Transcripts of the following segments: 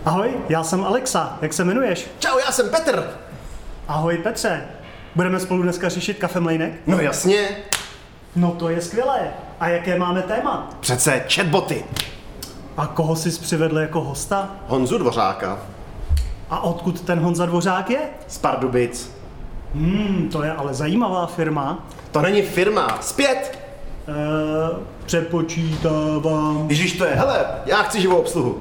Ahoj, já jsem Alexa, jak se jmenuješ? Čau, já jsem Petr. Ahoj Petře, budeme spolu dneska řešit kafemlejnek? No jasně. No to je skvělé. A jaké máme téma? Přece chatboty. A koho jsi přivedl jako hosta? Honzu Dvořáka. A odkud ten Honza Dvořák je? Z Pardubic. To je ale zajímavá firma. To není firma, zpět. Přepočítávám. Ježíš to je, hele, já chci živou obsluhu.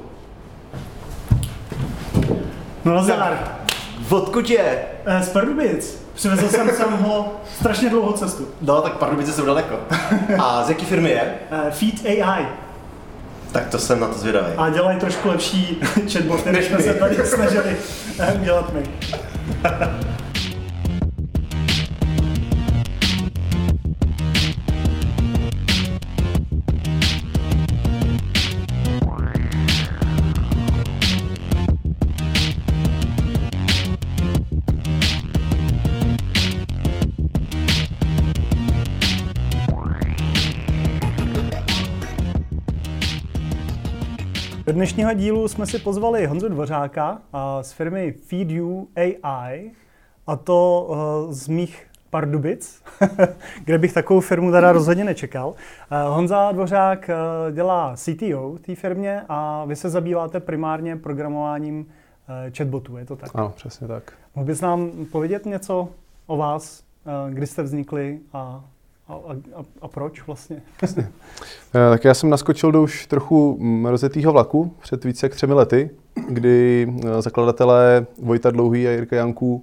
No nazdar. Odkud je? Z Pardubic. Přivezl jsem sem ho strašně dlouhou cestu. No, tak Pardubice jsou daleko. A z jaký firmy je? Feed AI. Tak to jsem na to zvědavý. A dělají trošku lepší chatboty, než jsme se tady snažili udělat my. Do dnešního dílu jsme si pozvali Honzu Dvořáka z firmy FeedU AI, a to z mých Pardubic, kde bych takovou firmu teda rozhodně nečekal. Honza Dvořák dělá CTO té firmě a vy se zabýváte primárně programováním chatbotů, je to tak? Ano, přesně tak. Mohl bys nám povědět něco o vás, kdy jste vznikli a proč vlastně? Tak já jsem naskočil do už trochu rozjetýho vlaku před více jak 3 lety, kdy zakladatelé Vojta Dlouhý a Jirka Janků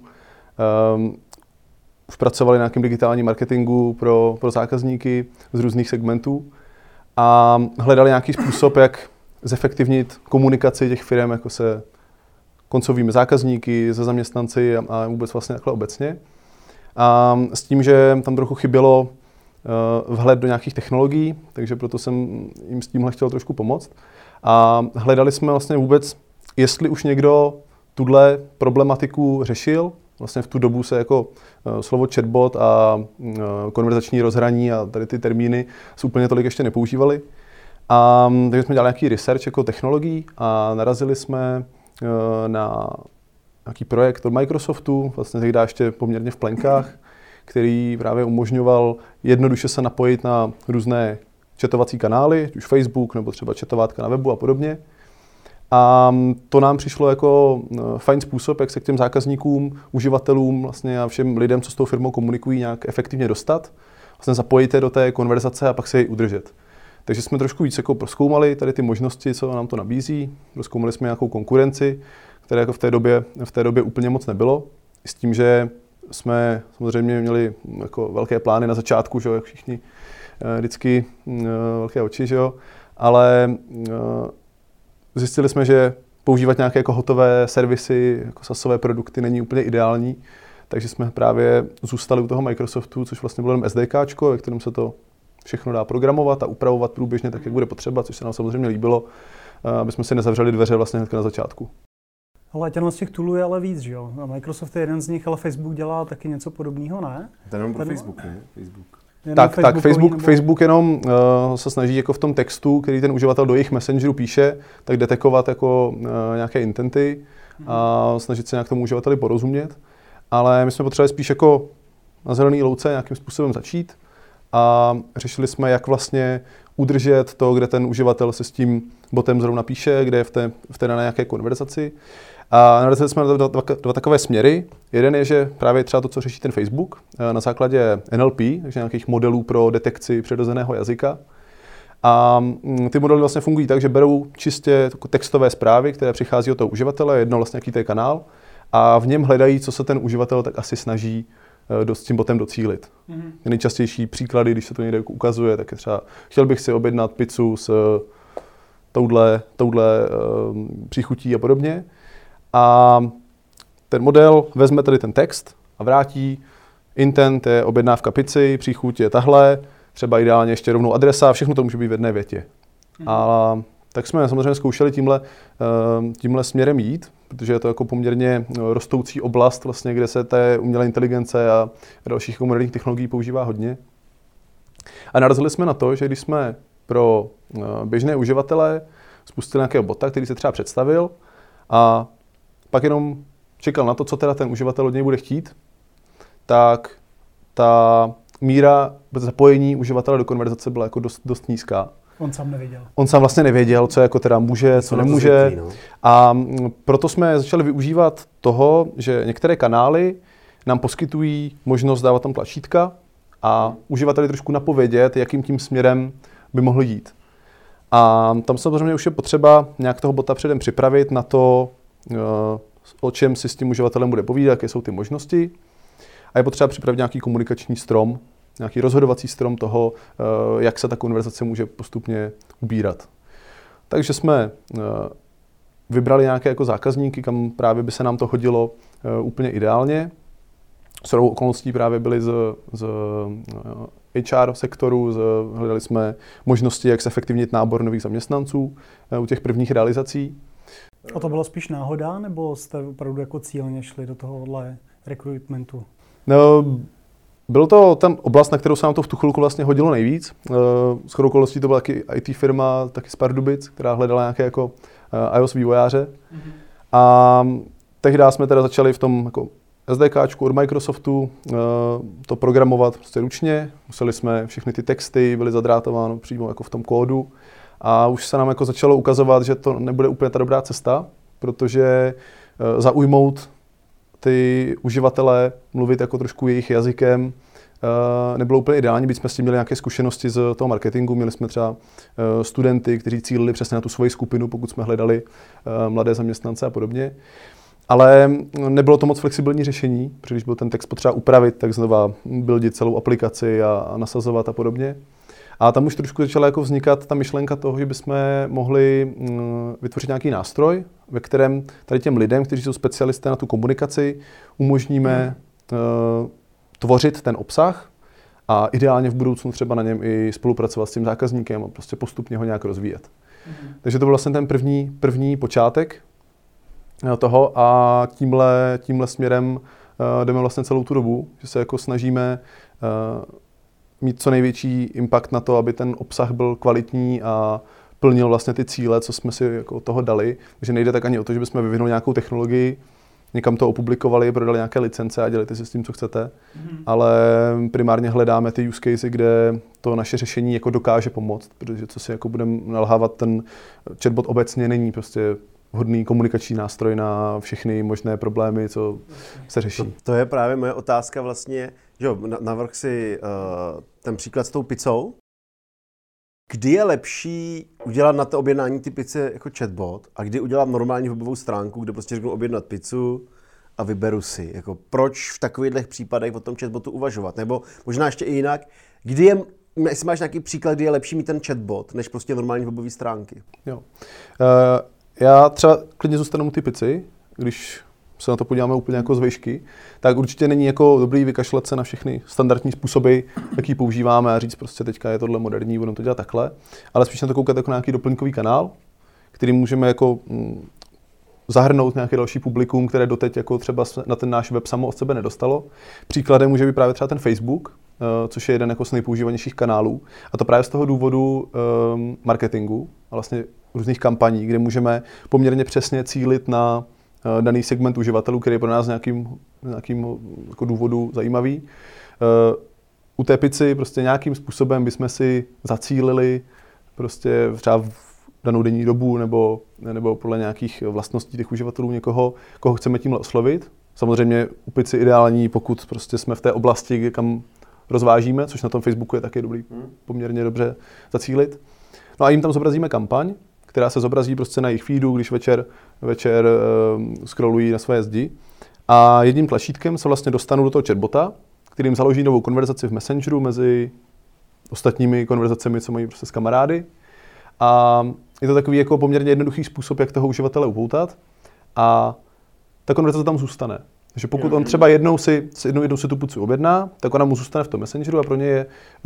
už pracovali na nějakém digitálním marketingu pro zákazníky z různých segmentů a hledali nějaký způsob, jak zefektivnit komunikaci těch firm jako se koncovými zákazníky, se zaměstnanci a vůbec vlastně takhle obecně. A s tím, že tam trochu chybělo vhled do nějakých technologií, takže proto jsem jim s tímhle chtěl trošku pomoct. A hledali jsme vlastně vůbec, jestli už někdo tuhle problematiku řešil. Vlastně v tu dobu se jako slovo chatbot a konverzační rozhraní a tady ty termíny se úplně tolik ještě nepoužívaly. A takže jsme dělali nějaký research jako technologií a narazili jsme na nějaký projekt od Microsoftu, vlastně tehdy ještě poměrně v plenkách, který právě umožňoval jednoduše se napojit na různé chatovací kanály, už Facebook nebo třeba chatovátka na webu a podobně. A to nám přišlo jako fajn způsob, jak se k těm zákazníkům, uživatelům vlastně a všem lidem, co s tou firmou komunikují, nějak efektivně dostat. Vlastně zapojit je do té konverzace a pak se jej udržet. Takže jsme trošku víc jako prozkoumali tady ty možnosti, co nám to nabízí. Prozkoumali jsme nějakou konkurenci, které jako v té době úplně moc nebylo. S tím, že jsme samozřejmě měli jako velké plány na začátku, že jo, jak všichni vždycky velké oči, že jo, ale zjistili jsme, že používat nějaké jako hotové servisy, jako SaaSové produkty není úplně ideální, takže jsme právě zůstali u toho Microsoftu, což vlastně bylo jenom SDKčko, ve kterém se to všechno dá programovat a upravovat průběžně tak, jak bude potřeba, což se nám samozřejmě líbilo, aby jsme si nezavřeli dveře vlastně hned na začátku. Ale z těch toolů je ale víc, že jo? Microsoft je jeden z nich, ale Facebook dělá taky něco podobného, ne? To je jenom pro Facebook, ne? Facebook jenom se snaží jako v tom textu, který ten uživatel do jejich messengeru píše, tak detekovat jako nějaké intenty a snažit se nějak tomu uživateli porozumět. Ale my jsme potřebovali spíš jako na zelený louce nějakým způsobem začít a řešili jsme, jak vlastně udržet to, kde ten uživatel se s tím botem zrovna píše, kde je v té dané nějaké konverzaci. A narazili jsme na dva takové směry. Jeden je, že právě třeba to, co řeší ten Facebook, na základě NLP, takže nějakých modelů pro detekci přirozeného jazyka. A ty modely vlastně fungují tak, že berou čistě textové zprávy, které přichází od toho uživatele, jedno vlastně jaký to je kanál, a v něm hledají, co se ten uživatel tak asi snaží s tím botem docílit. Nejčastější příklady, když se to někde ukazuje, tak je třeba chtěl bych si objednat pizzu s touhle příchutí a podobně. A ten model vezme tady ten text a vrátí. Intent je objednávka pizzy, příchuť je tahle, třeba ideálně ještě rovnou adresa, všechno to může být v jedné větě. A tak jsme samozřejmě zkoušeli tímhle směrem jít, protože je to jako poměrně rostoucí oblast, vlastně, kde se té umělé inteligence a dalších moderních technologií používá hodně. A narazili jsme na to, že když jsme pro běžné uživatele spustili nějakého bota, který se třeba představil, a pak jenom čekal na to, co teda ten uživatel od něj bude chtít, tak ta míra zapojení uživatele do konverzace byla jako dost nízká. On sám nevěděl. On sám vlastně nevěděl, co jako teda může, co nemůže. Zvyklý, no. A proto jsme začali využívat toho, že některé kanály nám poskytují možnost dávat tam tlačítka a uživateli trošku napovědět, jakým tím směrem by mohl jít. A tam samozřejmě už je potřeba nějak toho bota předem připravit na to, o čem si s tím uživatelem bude povídat, jaké jsou ty možnosti. A je potřeba připravit nějaký komunikační strom, nějaký rozhodovací strom toho, jak se ta konverzace může postupně ubírat. Takže jsme vybrali nějaké jako zákazníky, kam právě by se nám to hodilo úplně ideálně. Shodou okolností právě byli z HR sektoru, hledali jsme možnosti, jak zefektivnit nábor nových zaměstnanců u těch prvních realizací. A to bylo spíš náhoda, nebo jste opravdu jako cílně šli do tohohle rekrutmentu? No, bylo to tam oblast, na kterou se nám to v tu chvilku vlastně hodilo nejvíc. Shodou okolností to byla taky IT firma, taky z Pardubic, která hledala nějaké jako iOS vývojáře. Mm-hmm. A tehdy jsme teda začali v tom jako SDKčku od Microsoftu to programovat prostě ručně. Museli jsme všechny ty texty, byly zadrátovány přímo jako v tom kódu. A už se nám jako začalo ukazovat, že to nebude úplně ta dobrá cesta, protože zaujmout ty uživatele, mluvit jako trošku jejich jazykem, nebylo úplně ideální, byť jsme s tím měli nějaké zkušenosti z toho marketingu. Měli jsme třeba studenty, kteří cílili přesně na tu svoji skupinu, pokud jsme hledali mladé zaměstnance a podobně. Ale nebylo to moc flexibilní řešení, protože když byl ten text potřeba upravit, tak znova buildit celou aplikaci a nasazovat a podobně. A tam už trošku začala jako vznikat ta myšlenka toho, že bychom mohli vytvořit nějaký nástroj, ve kterém tady těm lidem, kteří jsou specialisté na tu komunikaci, umožníme tvořit ten obsah a ideálně v budoucnu třeba na něm i spolupracovat s tím zákazníkem a prostě postupně ho nějak rozvíjet. Takže to byl vlastně ten první počátek toho a tímhle směrem jdeme vlastně celou tu dobu, že se jako snažíme mít co největší impact na to, aby ten obsah byl kvalitní a plnil vlastně ty cíle, co jsme si jako toho dali. Takže nejde tak ani o to, že bychom vyvinuli nějakou technologii, někam to opublikovali, prodali nějaké licence a dělejte si s tím, co chcete, ale primárně hledáme ty use casey, kde to naše řešení jako dokáže pomoct, protože co si jako budeme nalhávat, ten chatbot obecně není prostě vhodný komunikační nástroj na všechny možné problémy, co se řeší. To je právě moje otázka vlastně, že navrch si ten příklad s tou pizzou. Kdy je lepší udělat na to objednání ty pizze jako chatbot a kdy udělat normální webovou stránku, kde prostě řeknu objednat pizzu a vyberu si. Jako proč v takovýchhle případech o tom chatbotu uvažovat? Nebo možná ještě i jinak, jestli máš nějaký příklad, kdy je lepší mít ten chatbot, než prostě normální webové stránky? Jo. Já třeba klidně zůstanu u ty pici, když se na to podíváme úplně jako z výšky, tak určitě není jako dobrý vykašlat se na všechny standardní způsoby, jaký používáme a říct prostě teďka je tohle moderní, budeme to dělat takhle, ale spíš na to koukat jako nějaký doplňkový kanál, který můžeme jako zahrnout nějaké další publikum, které doteď jako třeba na ten náš web samo od sebe nedostalo. Příkladem může být právě třeba ten Facebook, což je jeden jako z nejpoužívanějších kanálů. A to právě z toho důvodu marketingu a vlastně různých kampaní, kde můžeme poměrně přesně cílit na daný segment uživatelů, který je pro nás nějakým jako důvodu zajímavý. U té pici prostě nějakým způsobem bychom si zacílili prostě třeba v danou denní dobu nebo podle nějakých vlastností těch uživatelů někoho, koho chceme tímhle oslovit. Samozřejmě u pici ideální, pokud prostě jsme v té oblasti, kam rozvážíme, což na tom Facebooku je taky dobrý poměrně dobře zacílit. No a jim tam zobrazíme kampaň, která se zobrazí prostě na jejich feedu, když večer scrollují na své zdi. A jedním tlačítkem se vlastně dostanou do toho chatbota, kterým založí novou konverzaci v Messengeru mezi ostatními konverzacemi, co mají prostě s kamarády. A je to takový jako poměrně jednoduchý způsob, jak toho uživatele upoutat. A ta konverzace tam zůstane. Takže pokud on třeba jednou si tu pizzu objedná, tak ona mu zůstane v tom Messengeru a pro ně je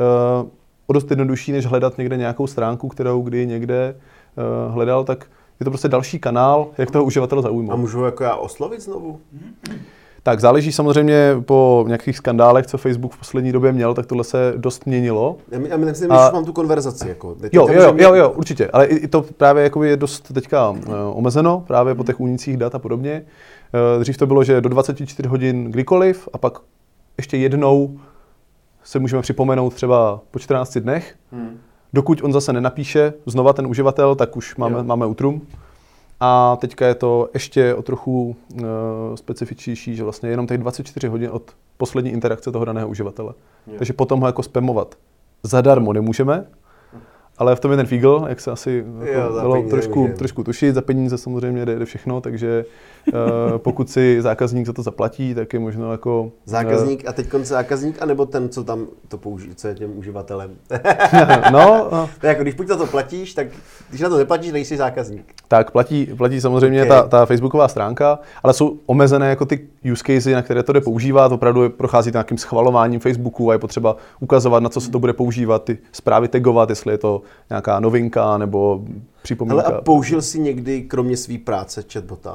o dost jednodušší, než hledat někde nějakou stránku, kterou kdy někde hledal, tak je to prostě další kanál, jak toho uživatele zaujmout. A můžu jako já oslovit znovu? Tak záleží samozřejmě po nějakých skandálech, co Facebook v poslední době měl, tak tohle se dost měnilo. Já myslím, že mám tu konverzaci. Jako. Jo, určitě, ale i to právě jako je dost teďka omezeno, právě po těch únicích dat a podobně. Dřív to bylo, že do 24 hodin kdykoliv a pak ještě jednou se můžeme připomenout třeba po 14 dnech. Dokud on zase nenapíše znova ten uživatel, tak už máme útrum. A teďka je to ještě o trochu specifičnější, že vlastně jenom těch 24 hodin od poslední interakce toho daného uživatele. Takže potom ho jako spamovat zadarmo nemůžeme, ale v tom je ten fígl, jak se asi dalo trošku tušit, za peníze samozřejmě jde všechno, takže pokud si zákazník za to zaplatí, tak je možno jako... Zákazník a teď zákazník, anebo ten, co tam to použije, co je tím uživatelem? No. To jako, když buď to platíš, tak když na to neplatíš, nejsi zákazník. Tak platí samozřejmě ta facebooková stránka, ale jsou omezené jako ty use casey, na které to jde používat. Opravdu prochází nějakým schvalováním Facebooku a je potřeba ukazovat, na co se to bude používat, ty zprávy tagovat, jestli je to nějaká novinka nebo připomínka. Ale a použil jsi někdy, kromě své práce, chatbota?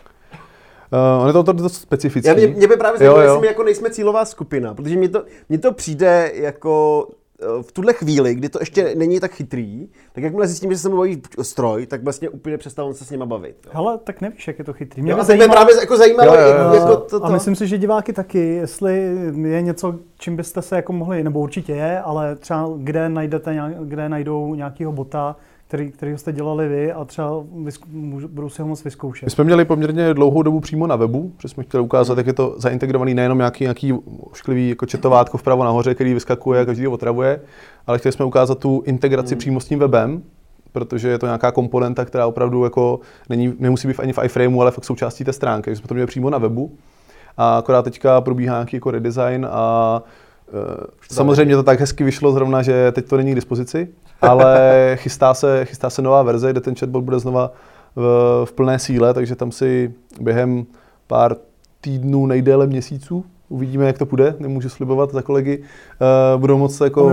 On je to dost specifický. Mě by právě zajímalo, jestli my jako nejsme cílová skupina, protože mně to přijde jako v tuhle chvíli, kdy to ještě není tak chytrý, tak jakmile zjistím, že se mnou baví stroj, tak vlastně úplně přestávám se s nima bavit. Jo. Hele, tak nevíš, jak je to chytrý. Mě právě jako zajímalo, jako to. A myslím si, že diváky taky, jestli je něco, čím byste se jako mohli, nebo určitě je, ale třeba kde najdou nějakýho bota, který jste dělali vy a třeba budou si ho moc vyzkoušet. My jsme měli poměrně dlouhou dobu přímo na webu, protože jsme chtěli ukázat, jak je to zaintegrovaný nejenom nějaký ošklivý jako četovátko vpravo nahoře, který vyskakuje a každý ho otravuje, ale chtěli jsme ukázat tu integraci přímo s tím webem, protože je to nějaká komponenta, která opravdu jako nemusí být ani v iframeu, ale fakt součástí té stránky, takže jsme to měli přímo na webu. A akorát teďka probíhá nějaký jako redesign a samozřejmě to tak hezky vyšlo zrovna, že teď to není k dispozici, ale chystá se nová verze, kde ten chatbot bude znova v plné síle, takže tam si během pár týdnů, nejdéle měsíců, uvidíme, jak to půjde, nemůžu slibovat za kolegy, budou moc jako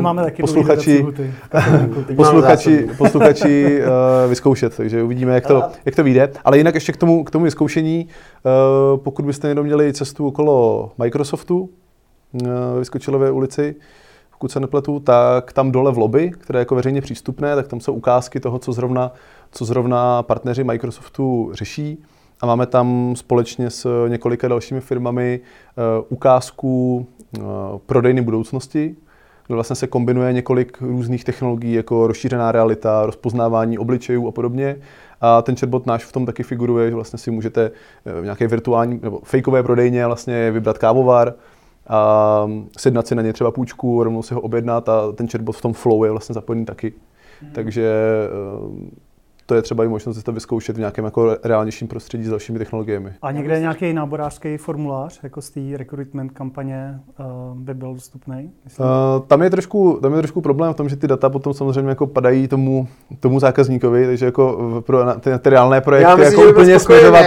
posluchači vyzkoušet, takže uvidíme, jak to vyjde. Ale jinak ještě k tomu vyzkoušení, pokud byste jenom měli cestu okolo Microsoftu, ve Vyskočilové ulici, pokud se nepletu, tak tam dole v lobby, které je jako veřejně přístupné, tak tam jsou ukázky toho, co zrovna partneři Microsoftu řeší. A máme tam společně s několika dalšími firmami ukázku prodejny budoucnosti, kde vlastně se kombinuje několik různých technologií, jako rozšířená realita, rozpoznávání obličejů a podobně. A ten chatbot náš v tom taky figuruje, že vlastně si můžete v nějaké virtuální nebo fejkové prodejně vlastně vybrat kávovar, a sjednat si na ně třeba půjčku, rovnou si ho objednat a ten chatbot v tom flow je vlastně zapojený taky. Takže to je třeba i možnost si to vyzkoušet v nějakém jako reálnějším prostředí s dalšími technologiemi. A někde je nějaký náborářský formulář, jako z té recruitment kampaně by byl dostupný? Tam je trošku problém v tom, že ty data potom samozřejmě jako padají tomu zákazníkovi, takže jako pro ty reálné projekty. Já myslím, jako úplně směřovat.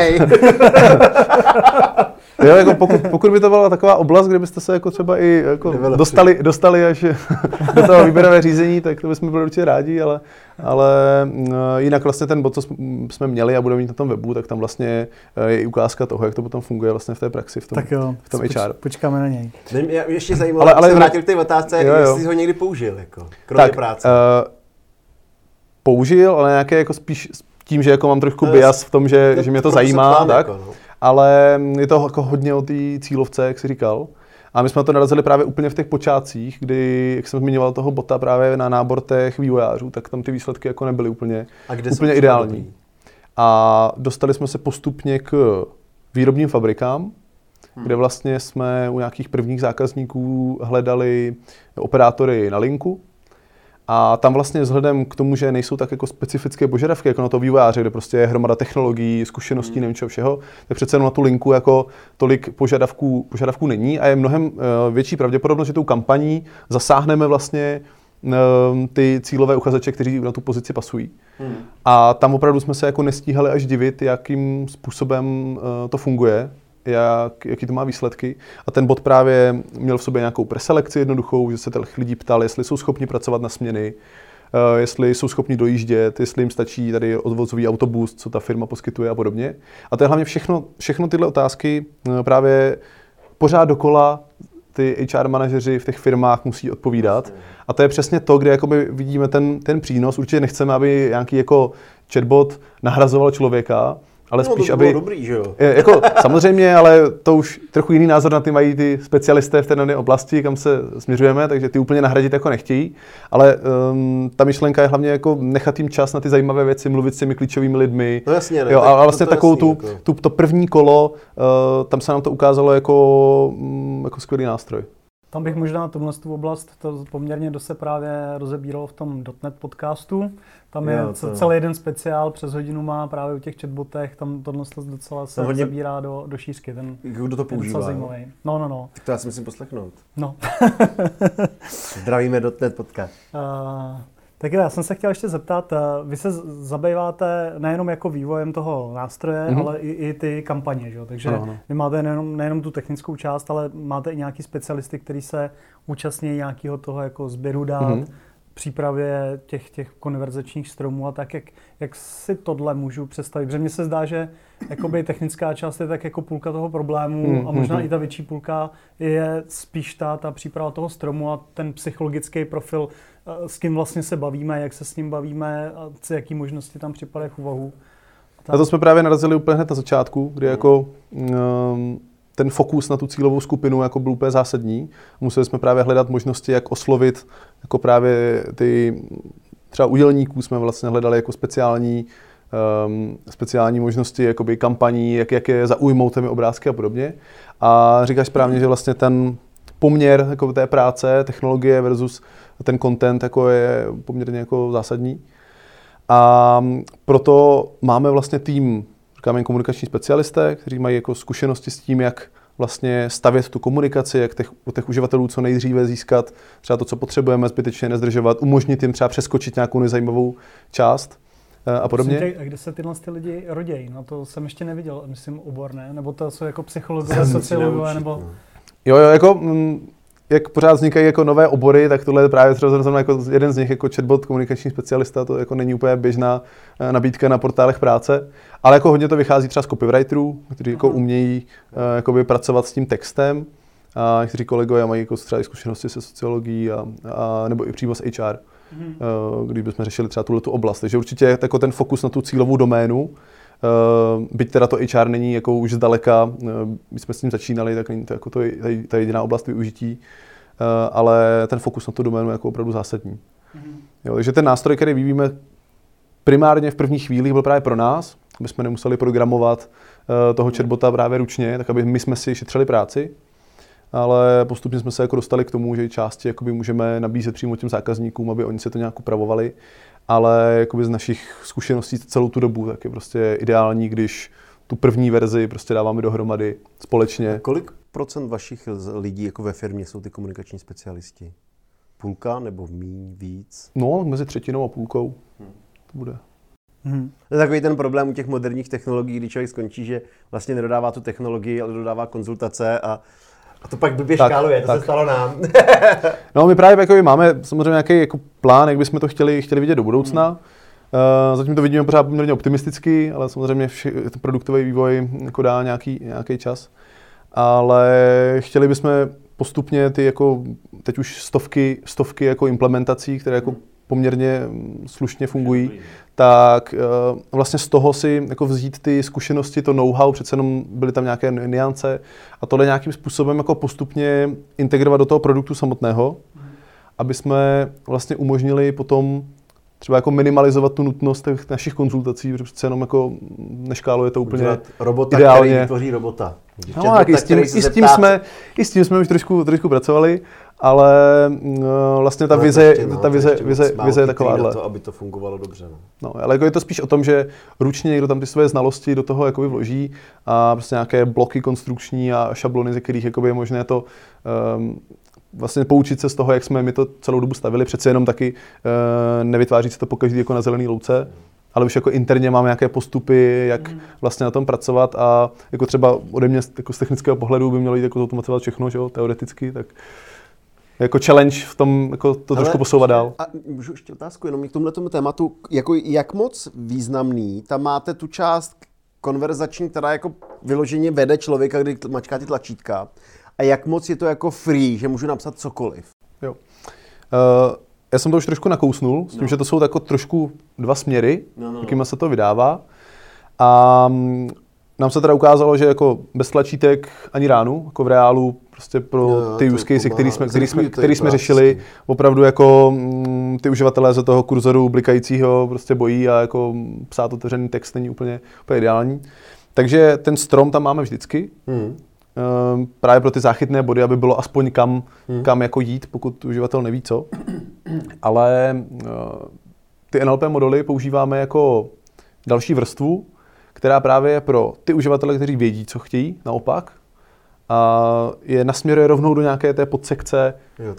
Jo, jako pokud by to byla taková oblast, kde byste se jako třeba i jako dostali až do toho výběrové řízení, tak to bychom byli určitě rádi, ale jinak vlastně ten bod, co jsme měli a budeme mít na tom webu, tak tam vlastně je i ukázka toho, jak to potom funguje vlastně v té praxi, v tom HR. Počkáme na něj. Mě ještě zajímalo, ale se vrátil k té otázce, jestli jsi ho někdy použil, jako, kromě práce. Použil, ale nějaké jako spíš tím, že jako mám trošku bias v tom, že mě to zajímá, tak. Jako, no. Ale je to jako hodně o té cílovce, jak jsi říkal. A my jsme to narazili právě úplně v těch počátcích, kdy, jak jsem zmiňoval toho bota právě na nábor těch vývojářů, tak tam ty výsledky jako nebyly úplně ideální. A dostali jsme se postupně k výrobním fabrikám, kde vlastně jsme u nějakých prvních zákazníků hledali operátory na linku. A tam vlastně vzhledem k tomu, že nejsou tak jako specifické požadavky jako na to vývojáře, kde prostě je hromada technologií, zkušeností, nevím čeho všeho, tak přece na tu linku jako tolik požadavků není a je mnohem větší pravděpodobnost, že tou kampaní zasáhneme vlastně ty cílové uchazeče, kteří na tu pozici pasují. A tam opravdu jsme se jako nestíhali až divit, jakým způsobem to funguje, jaký to má výsledky. A ten bot právě měl v sobě nějakou preselekci jednoduchou, že se těch lidí ptal, jestli jsou schopni pracovat na směny, jestli jsou schopni dojíždět, jestli jim stačí tady odvozový autobus, co ta firma poskytuje a podobně. A to je hlavně všechno tyhle otázky právě pořád dokola ty HR manažeři v těch firmách musí odpovídat. A to je přesně to, kde jakoby vidíme ten přínos. Určitě nechceme, aby nějaký jako chatbot nahrazoval člověka, ale spíš, to aby... dobrý, že jo? Jako, samozřejmě, ale to už trochu jiný názor na ty mají ty specialisté v té dané oblasti, kam se směřujeme, takže ty úplně nahradit jako nechtějí. Ale ta myšlenka je hlavně jako nechat jim čas na ty zajímavé věci, mluvit s těmi klíčovými lidmi. No jasně, ne, jo, a vlastně to takovou jasný, to první kolo, tam se nám to ukázalo jako skvělý nástroj. Tam bych možná tu oblast to poměrně dost se právě rozebíralo v tom .NET podcastu. Tam je celý jeden speciál, přes hodinu má právě o těch chatbotech, tam tohle docela se zabírá do šířky. Kdo to používá? Zajímavý. No. Tak to já si musím poslechnout. No. Zdravíme .NET podcast. Tak já jsem se chtěl ještě zeptat, vy se zabýváte nejenom jako vývojem toho nástroje, ale i ty kampaně, že? Takže vy máte nejenom tu technickou část, ale máte i nějaký specialisty, kteří se účastní nějakého toho jako sběru dát, přípravě těch konverzačních stromů a tak, jak si tohle můžu představit? Protože mně se zdá, že jakoby technická část je tak jako půlka toho problému a možná i ta větší půlka je spíš ta příprava toho stromu a ten psychologický profil, s kým vlastně se bavíme, jak se s ním bavíme a jaký možnosti tam připadají v úvahu. A to jsme právě narazili úplně hned na začátku, kdy jako ten fokus na tu cílovou skupinu jako byl úplně zásadní. Museli jsme právě hledat možnosti, jak oslovit jako právě ty třeba u dělníků jsme vlastně hledali jako speciální možnosti jakoby kampaní, jak je zaujmout těmi obrázky a podobně. A říkáš správně, že vlastně ten poměr jako té práce, technologie versus ten content jako je poměrně jako zásadní. A proto máme vlastně tým, říkáme komunikační specialisté, kteří mají jako zkušenosti s tím, jak vlastně stavět tu komunikaci, jak od těch uživatelů co nejdříve získat třeba to, co potřebujeme, zbytečně nezdržovat, umožnit jim třeba přeskočit nějakou nezajímavou část a podobně. A kde se tyhle lidi rodějí? No to jsem ještě neviděl, myslím obor, ne? Nebo to jsou jako psychologové, sociologové, nebo... Jo, jako jak pořád vznikají jako nové obory, tak tohle je právě třeba jako jeden z nich jako chatbot, komunikační specialista, to jako není úplně běžná nabídka na portálech práce, ale jako hodně to vychází třeba z copywriterů, kteří jako umějí jakoby pracovat s tím textem, a někteří kolegové mají jako třeba i zkušenosti se sociologií a nebo i přímo s HR, když bychom řešili třeba tuhletu oblast. Takže určitě jako ten fokus na tu cílovou doménu, byť teda to HR není jako už zdaleka, my jsme s ním začínali, tak není to jako ta jediná oblast využití, ale ten fokus na tu doménu je jako opravdu zásadní. Jo, takže ten nástroj, který vyvíjíme primárně v první chvíli, byl právě pro nás, aby jsme nemuseli programovat toho chatbota právě ručně, tak aby my jsme si šetřili práci, ale postupně jsme se jako dostali k tomu, že části jakoby můžeme nabízet přímo těm zákazníkům, aby oni se to nějak upravovali. Ale jakoby z našich zkušeností celou tu dobu, tak je prostě ideální, když tu první verzi prostě dáváme dohromady společně. A kolik procent vašich lidí jako ve firmě jsou ty komunikační specialisti? Půlka nebo míň, víc? No, mezi třetinou a půlkou to bude. To je takový ten problém u těch moderních technologií, kdy člověk skončí, že vlastně nedodává tu technologii, ale dodává konzultace a to pak blbě škáluje, to se stalo nám. No, my právě jako máme samozřejmě nějaký jako plán, jak bychom to chtěli vidět do budoucna. Zatím to vidíme pořád poměrně optimisticky, ale samozřejmě produktový vývoj jako dá nějaký čas. Ale chtěli bychom postupně ty jako teď už stovky jako implementací, které jako poměrně slušně fungují, tak vlastně z toho si jako vzít ty zkušenosti, to know-how, přece jenom byly tam nějaké nuance a tohle nějakým způsobem jako postupně integrovat do toho produktu samotného, aby jsme vlastně umožnili potom třeba jako minimalizovat tu nutnost těch našich konzultací, protože přece jenom jako neškáluje to úplně robota, ideálně. který vytvoří robota. No, tak i s tím jsme už trošku pracovali, ale vlastně ta vize je takováhle. To, aby to fungovalo dobře. No, ale jako je to spíš o tom, že ručně někdo tam ty své znalosti do toho jakoby vloží a prostě nějaké bloky konstrukční a šablony, ze kterých jakoby je možné to vlastně poučit se z toho, jak jsme my to celou dobu stavili. Přece jenom taky nevytváří se to pokaždý jako na zelený louce, ale už jako interně máme nějaké postupy, jak vlastně na tom pracovat a jako třeba ode mě jako z technického pohledu by mělo jít jako automatizovat všechno, že jo, teoreticky, tak jako challenge v tom jako to trošku posouvat dál. A můžu ještě otázku jenom k tomuto tématu, jako jak moc významný tam máte tu část konverzační, která jako vyloženě vede člověka, kdy mačká ty tlačítka, a jak moc je to jako free, že můžu napsat cokoliv? Jo. Já jsem to už trošku nakousnul, s tím, že to jsou jako trošku dva směry, jakýma se to vydává. A nám se teda ukázalo, že jako bez tlačítek ani ránu, jako v reálu, prostě pro ty use case, který jsme řešili, opravdu jako ty uživatelé ze toho kurzoru blikajícího prostě bojí a jako psát otevřený text není úplně ideální. Takže ten strom tam máme vždycky. Právě pro ty záchytné body, aby bylo aspoň kam jako jít, pokud uživatel neví co. Ale ty NLP modely používáme jako další vrstvu, která právě je pro ty uživatele, kteří vědí, co chtějí, naopak. A je nasměruje rovnou do nějaké té podsekce,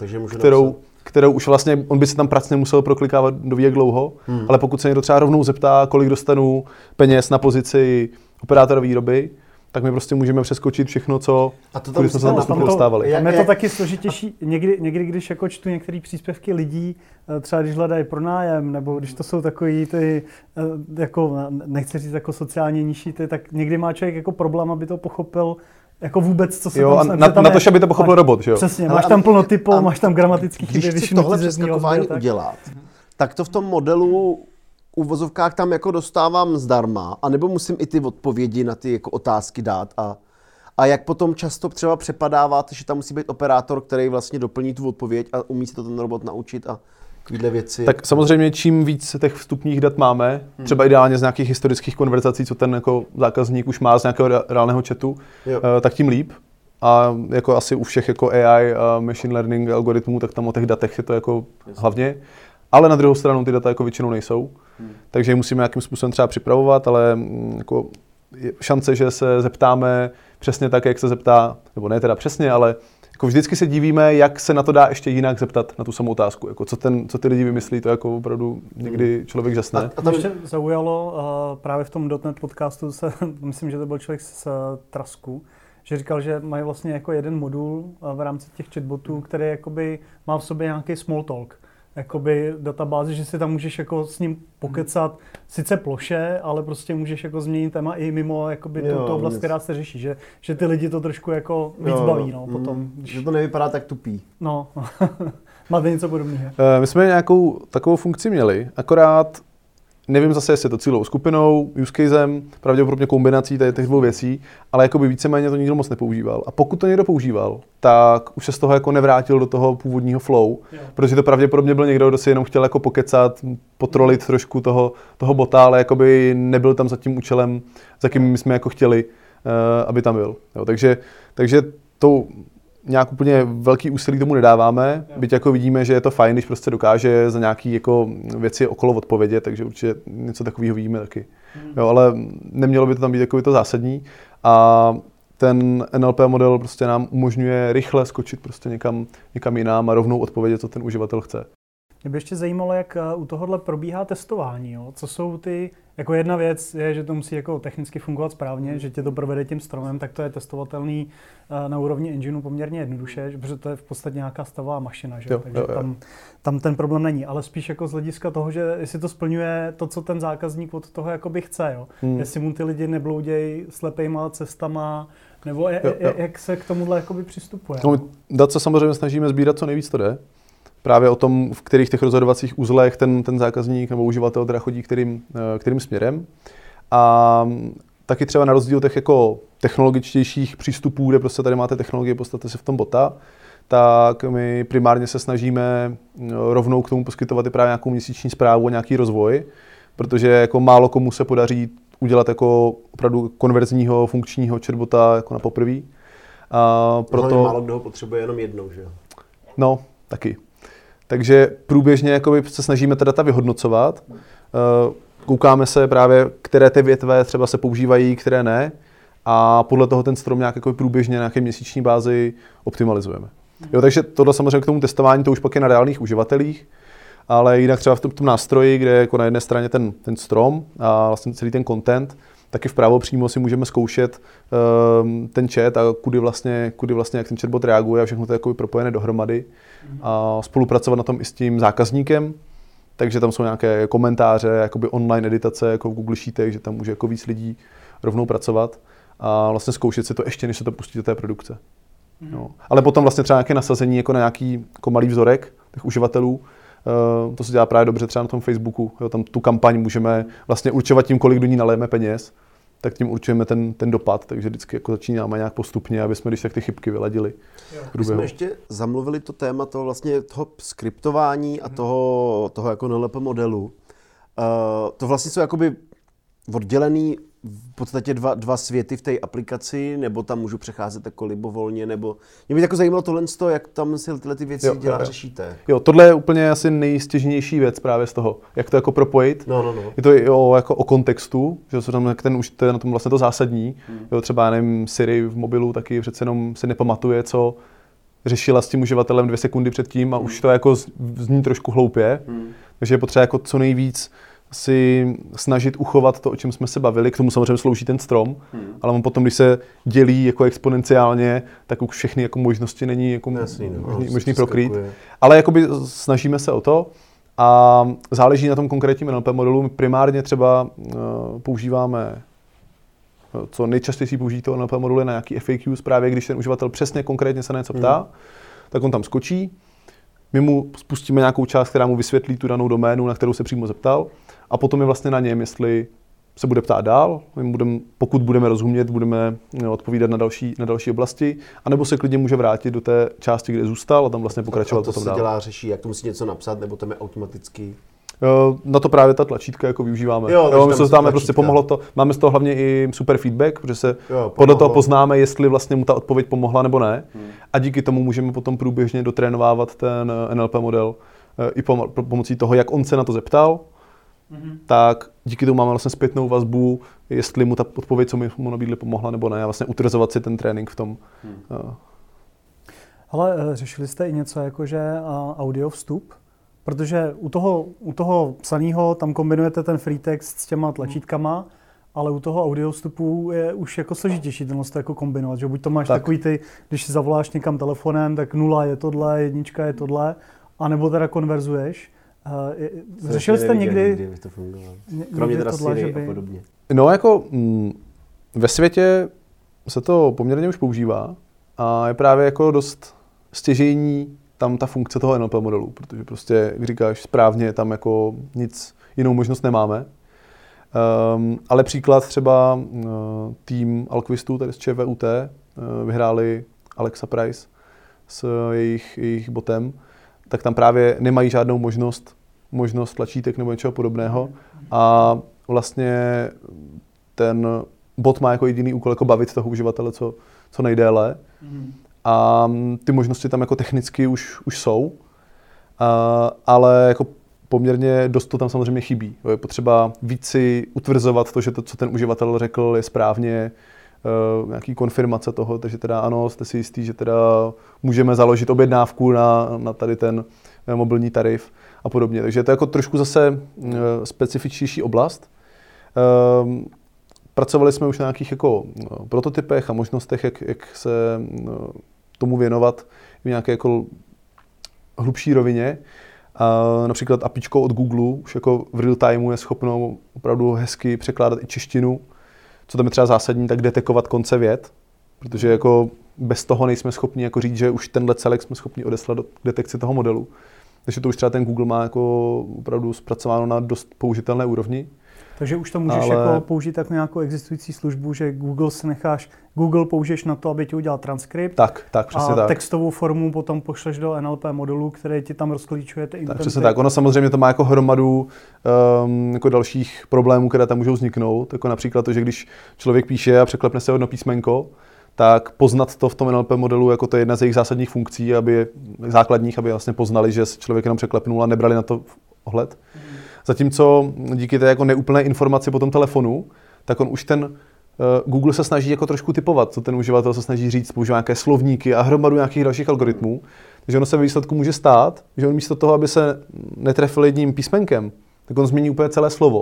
kterou už vlastně, on by se tam pracně musel proklikávat do jak dlouho, ale pokud se někdo třeba rovnou zeptá, kolik dostanu peněz na pozici operátora výroby, tak my prostě můžeme přeskočit všechno, co jsme se tam postupně dostávali. Je to taky složitější. Někdy, když jako čtu některé příspěvky lidí, třeba když hledají pronájem, nebo když to jsou takový ty, jako, nechci říct jako sociálně nižší, tak někdy má člověk jako problém, aby to pochopil, jako vůbec, co se tam snaží. Na to, aby to pochopil robot, že jo? Přesně, máš tam plno typů, máš tam gramatický chyby. Když chci tohle přeskakování udělat, tak to v tom modelu uvozovkách tam jako dostávám zdarma, anebo musím i ty odpovědi na ty jako otázky dát a jak potom často třeba přepadávat, že tam musí být operátor, který vlastně doplní tu odpověď a umí si to ten robot naučit a takovéhle věci. Tak samozřejmě čím víc těch vstupních dat máme, třeba ideálně z nějakých historických konverzací, co ten jako zákazník už má z nějakého reálného chatu, tak tím líp. A jako asi u všech jako AI a machine learning algoritmů, tak tam o těch datech je to jako hlavně. Ale na druhou stranu ty data jako většinou nejsou, takže je musíme nějakým způsobem třeba připravovat, ale jako je šance, že se zeptáme přesně tak, jak se zeptá, nebo ne teda přesně, ale jako vždycky se divíme, jak se na to dá ještě jinak zeptat na tu samou otázku. Jako co ty lidi vymyslí, to jako opravdu někdy člověk žasne. A to ještě zaujalo právě v tom .NET podcastu, myslím, že to byl člověk z Trasku, že říkal, že mají vlastně jako jeden modul v rámci těch chatbotů, který jakoby má v sobě nějaký small talk. Jakoby databázi, že si tam můžeš jako s ním pokecat sice ploše, ale prostě můžeš jako změnit téma i mimo jakoby tu oblast, která se řeší, že ty lidi to trošku jako víc baví, no, potom. Že to nevypadá tak tupý. No. Máte něco podobného? My jsme nějakou takovou funkci měli, akorát nevím zase, jestli je to cílovou skupinou, use casem, pravděpodobně kombinací těch dvou věcí, ale jakoby víceméně to nikdo moc nepoužíval. A pokud to někdo používal, tak už se z toho jako nevrátil do toho původního flow, protože to pravděpodobně byl někdo, kdo si jenom chtěl jako pokecat, potrolit trošku toho bota, ale jakoby nebyl tam za tím účelem, za jakým my jsme jako chtěli, aby tam byl. Jo, takže to nějak úplně velký úsilí tomu nedáváme, byť jako vidíme, že je to fajn, když prostě dokáže za nějaký jako věci okolo odpovědět, takže určitě něco takového vidíme taky. Jo, ale nemělo by to tam být jako to zásadní a ten NLP model prostě nám umožňuje rychle skočit prostě někam jinam a rovnou odpovědět, co ten uživatel chce. Mě by ještě zajímalo, jak u tohohle probíhá testování. Jo? Co jsou ty, jako jedna věc je, že to musí jako technicky fungovat správně, že tě to provede tím stromem, tak to je testovatelný na úrovni engineu poměrně jednoduše, protože to je v podstatě nějaká stavová mašina, že? Takže tam ten problém není, ale spíš jako z hlediska toho, že jestli to splňuje to, co ten zákazník od toho jakoby chce, jo? Jestli mu ty lidi nebloudějí slepejma cestama, nebo jak se k tomuhle jakoby přistupuje. No, dat se samozřejmě snažíme sbírat, co nejvíc to jde. Právě o tom, v kterých těch rozhodovacích uzlech ten zákazník nebo uživatel teda chodí kterým směrem. A taky třeba na rozdíl těch jako technologičtějších přístupů, kde prostě tady máte technologie, postavte si v tom bota, tak my primárně se snažíme rovnou k tomu poskytovat i právě nějakou měsíční zprávu a nějaký rozvoj, protože jako málo komu se podaří udělat jako opravdu konverzního, funkčního chatbota jako na poprví. A proto málo kdo ho potřebuje jenom jednou, že jo? No, taky. Takže průběžně jakoby se snažíme ta data vyhodnocovat. Koukáme se právě, které ty větve třeba se používají, které ne. A podle toho ten strom nějak jako průběžně na nějaké měsíční bázi optimalizujeme. Jo, takže tohle samozřejmě k tomu testování, to už pak je na reálných uživatelích. Ale jinak třeba v tom nástroji, kde je jako na jedné straně ten strom a vlastně celý ten content, taky vpravo přímo si můžeme zkoušet ten chat a kudy vlastně jak ten chatbot reaguje a všechno to je jako propojené dohromady a spolupracovat na tom i s tím zákazníkem. Takže tam jsou nějaké komentáře, jakoby online editace jako v Google Sheetech, že tam může jako víc lidí rovnou pracovat a vlastně zkoušet si to ještě, než se to pustí do té produkce. No. Ale potom vlastně třeba nějaké nasazení jako na nějaký jako malý vzorek těch uživatelů, to se dělá právě dobře třeba na tom Facebooku. Jo, tam tu kampaň můžeme vlastně určovat tím, kolik do ní nalijeme peněz, tak tím určujeme ten dopad, takže vždycky jako začínáme nějak postupně, aby jsme když tak ty chybky vyladili. My jsme ještě zamluvili to téma toho skriptování a toho jako NLP modelu. To vlastně jsou jakoby oddělený v podstatě dva světy v té aplikaci, nebo tam můžu přecházet jako libovolně, nebo... Mě by jako zajímalo tohle, jak tam si tyhle ty věci řešíte. Jo, tohle je úplně asi nejstěžnější věc právě z toho, jak to jako propojit. No. Je to jako o kontextu, že to tam už to je na tom vlastně to zásadní. Jo, třeba, nevím, Siri v mobilu taky přece jenom si nepamatuje, co řešila s tím uživatelem 2 sekundy předtím a už to jako zní trošku hloupě. Takže je potřeba jako co nejvíc si snažit uchovat to, o čem jsme se bavili, k tomu samozřejmě slouží ten strom, ale on potom, když se dělí jako exponenciálně, tak už všechny jako možnosti není jako možný prokrýt. Ale jakoby snažíme se o to a záleží na tom konkrétním NLP modelu. My primárně třeba používáme, co nejčastěji použít to NLP modulu je na nějaký FAQs, právě když ten uživatel přesně konkrétně se na něco ptá, tak on tam skočí. My mu spustíme nějakou část, která mu vysvětlí tu danou doménu, na kterou se přímo zeptal, a potom je vlastně na něm, jestli se bude ptát dál, pokud budeme rozumět, budeme odpovídat na další oblasti, anebo se klidně může vrátit do té části, kde zůstal a tam vlastně pokračovat potom dál. To se dělá, řeší, jak to musí něco napsat, nebo to je automaticky? Na to právě ta tlačítka jako využíváme. My se tam prostě pomohlo to. Máme z toho hlavně i super feedback, protože se podle toho poznáme, jestli vlastně mu ta odpověď pomohla nebo ne. A díky tomu můžeme potom průběžně dotrénovávat ten NLP model i pomocí toho, jak on se na to zeptal, tak díky tomu máme vlastně zpětnou vazbu, jestli mu ta odpověď, co mi mu nabídli, pomohla nebo ne, a vlastně utvrzovat si ten trénink v tom. Ale řešili jste i něco jako, že audio vstup? Protože u toho psaného tam kombinujete ten free text s těma tlačítkama, ale u toho audio vstupu je už jako složitější to jako kombinovat, že buď to máš takový ty, když si zavoláš někam telefonem, tak 0 je tohle, 1 je tohle, anebo teda konverzuješ. Řešili jste někdy to fungovalo. Kromě teda Siri a podobně. No jako ve světě se to poměrně už používá a je právě jako dost stěžejní tam ta funkce toho NLP modelu, protože prostě, jak říkáš správně, tam jako nic jinou možnost nemáme. Ale příklad třeba tým Alquistu, tady z ČVUT, vyhráli Alexa Prize s jejich botem, tak tam právě nemají žádnou možnost tlačítek nebo něčeho podobného a vlastně ten bot má jako jediný úkol jako bavit toho uživatele co nejdéle. A ty možnosti tam jako technicky už jsou, ale jako poměrně dost to tam samozřejmě chybí. Je potřeba víc si utvrzovat to, že to, co ten uživatel řekl, je správně, nějaký konfirmace toho, takže teda ano, jste si jistý, že teda můžeme založit objednávku na tady ten mobilní tarif a podobně. Takže to je jako trošku zase specifičnější oblast. Pracovali jsme už na nějakých jako prototypech a možnostech, jak se tomu věnovat v nějaké jako hlubší rovině. Například APIčko od Google už jako v real timeu je schopno opravdu hezky překládat i češtinu. Co tam je třeba zásadní, tak detekovat konce vět, protože jako bez toho nejsme schopni jako říct, že už tenhle celek jsme schopni odeslat do detekci toho modelu. Takže to už třeba ten Google má jako opravdu zpracováno na dost použitelné úrovni. Takže už to můžeš jako použít jako nějakou existující službu, že Google použiješ na to, aby ti udělal transkript. Tak, přesně tak. A textovou formu potom pošleš do NLP modulu, který ti tam rozklíčuje ty intenty. Přesně tak. Ono samozřejmě to má jako hromadu jako dalších problémů, které tam můžou vzniknout. Jako například to, že když člověk píše a překlepne se jedno písmenko, tak poznat to v tom NLP modelu, jako to je jedna z jejich zásadních funkcí, základních, aby vlastně poznali, že člověk jenom překlepnul a nebrali na to ohled. Zatímco díky té jako neúplné informaci po tom telefonu, tak on už Google se snaží jako trošku typovat, co ten uživatel se snaží říct, používá nějaké slovníky a hromadu nějakých dalších algoritmů. Takže ono se ve výsledku může stát, že on místo toho, aby se netrefil jedním písmenkem, tak on změní úplně celé slovo.